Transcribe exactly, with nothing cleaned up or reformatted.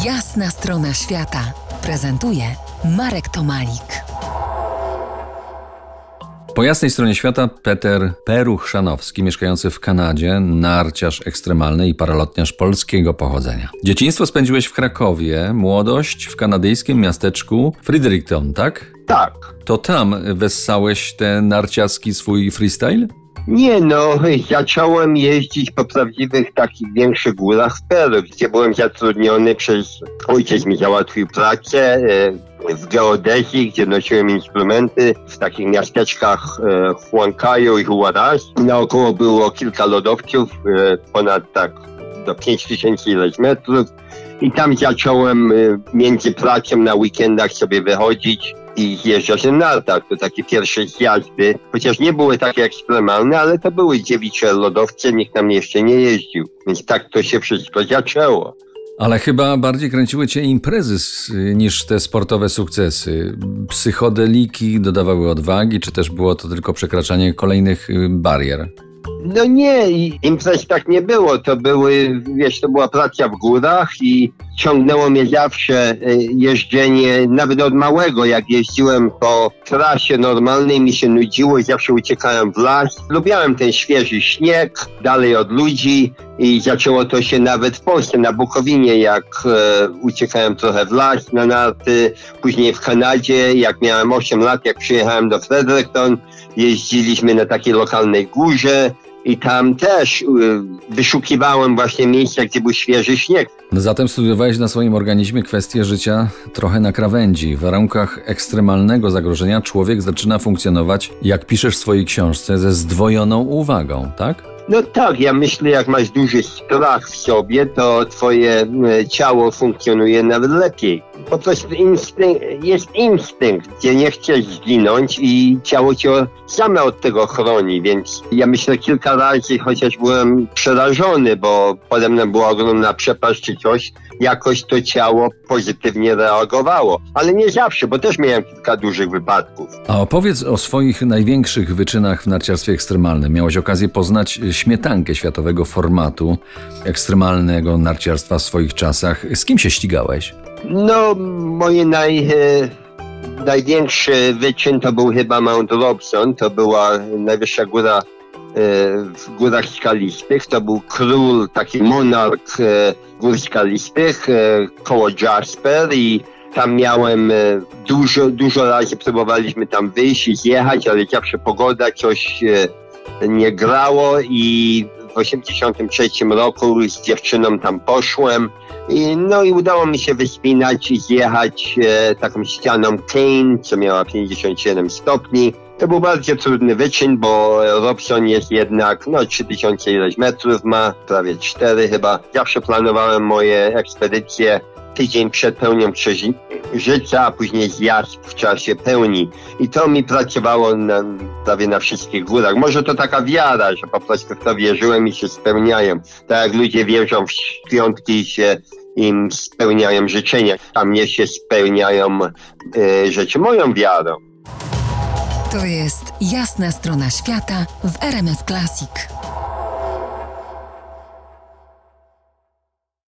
Jasna strona świata prezentuje Marek Tomalik. Po jasnej stronie świata Peter Peruch-Szanowski, mieszkający w Kanadzie, narciarz ekstremalny i paralotniarz polskiego pochodzenia. Dzieciństwo spędziłeś w Krakowie, młodość w kanadyjskim miasteczku Fredericton, tak? Tak. To tam wessałeś ten narciarski swój freestyle? Nie no, zacząłem jeździć po prawdziwych takich większych górach w Peru, gdzie byłem zatrudniony przez... Ojciec mi załatwił pracę e, w geodezji, gdzie nosiłem instrumenty w takich miasteczkach e, Huancayo i Huaraz. Naokoło było kilka lodowców, e, ponad tak do pięć tysięcy ileś metrów. I tam zacząłem e, między pracą na weekendach sobie wychodzić i jeżdżać na nartach. To takie pierwsze zjazdy, chociaż nie były takie ekstremalne, ale to były dziewicze lodowce, nikt tam jeszcze nie jeździł. Więc tak to się wszystko zaczęło. Ale chyba bardziej kręciły cię imprezy niż te sportowe sukcesy. Psychodeliki dodawały odwagi, czy też było to tylko przekraczanie kolejnych barier? No nie, imprez tak nie było. To były, wiesz, to była praca w górach i ciągnęło mnie zawsze jeżdżenie, nawet od małego, jak jeździłem po trasie normalnej, mi się nudziło i zawsze uciekałem w las. Lubiałem ten świeży śnieg, dalej od ludzi i zaczęło to się nawet w Polsce, na Bukowinie, jak e, uciekałem trochę w las na narty, później w Kanadzie, jak miałem osiem lat, jak przyjechałem do Fredericton, jeździliśmy na takiej lokalnej górze i tam też y, wyszukiwałem właśnie miejsca, gdzie był świeży śnieg. No zatem studiowałeś na swoim organizmie kwestię życia trochę na krawędzi. W warunkach ekstremalnego zagrożenia człowiek zaczyna funkcjonować, jak piszesz w swojej książce, ze zdwojoną uwagą, tak? No tak, ja myślę, jak masz duży strach w sobie, to twoje e, ciało funkcjonuje nawet lepiej. Po prostu instynkt, jest instynkt, gdzie nie chcesz zginąć i ciało cię same od tego chroni, więc ja myślę kilka razy, chociaż byłem przerażony, bo pode mną była ogromna przepaść czy coś, jakoś to ciało pozytywnie reagowało. Ale nie zawsze, bo też miałem kilka dużych wypadków. A opowiedz o swoich największych wyczynach w narciarstwie ekstremalnym. Miałeś okazję poznać śmietankę światowego formatu ekstremalnego narciarstwa w swoich czasach. Z kim się ścigałeś? No, moje naj, e, największy wyczyn to był chyba Mount Robson. To była najwyższa góra e, w górach skalistych. To był król, taki monarch e, gór skalistych e, koło Jasper i tam miałem e, dużo, dużo razy próbowaliśmy tam wyjść i zjechać, ale zawsze pogoda coś e, nie grało i w osiemdziesiątym trzecim roku z dziewczyną tam poszłem. I, no i udało mi się wyspinać i zjechać e, taką ścianą Kane, co miała pięćdziesiąt siedem stopni. To był bardzo trudny wyczyn, bo Robson jest jednak, no trzy tysiące ileś metrów ma, prawie cztery chyba. Zawsze planowałem moje ekspedycje tydzień przed pełnią księżyca, a później zjazd w czasie pełni. I to mi pracowało na, prawie na wszystkich górach. Może to taka wiara, że po prostu w to wierzyłem i się spełniają. Tak jak ludzie wierzą w świątki i się im spełniają życzenia. A mnie się spełniają e, rzeczy moją wiarą. To jest Jasna strona świata w R M F Classic.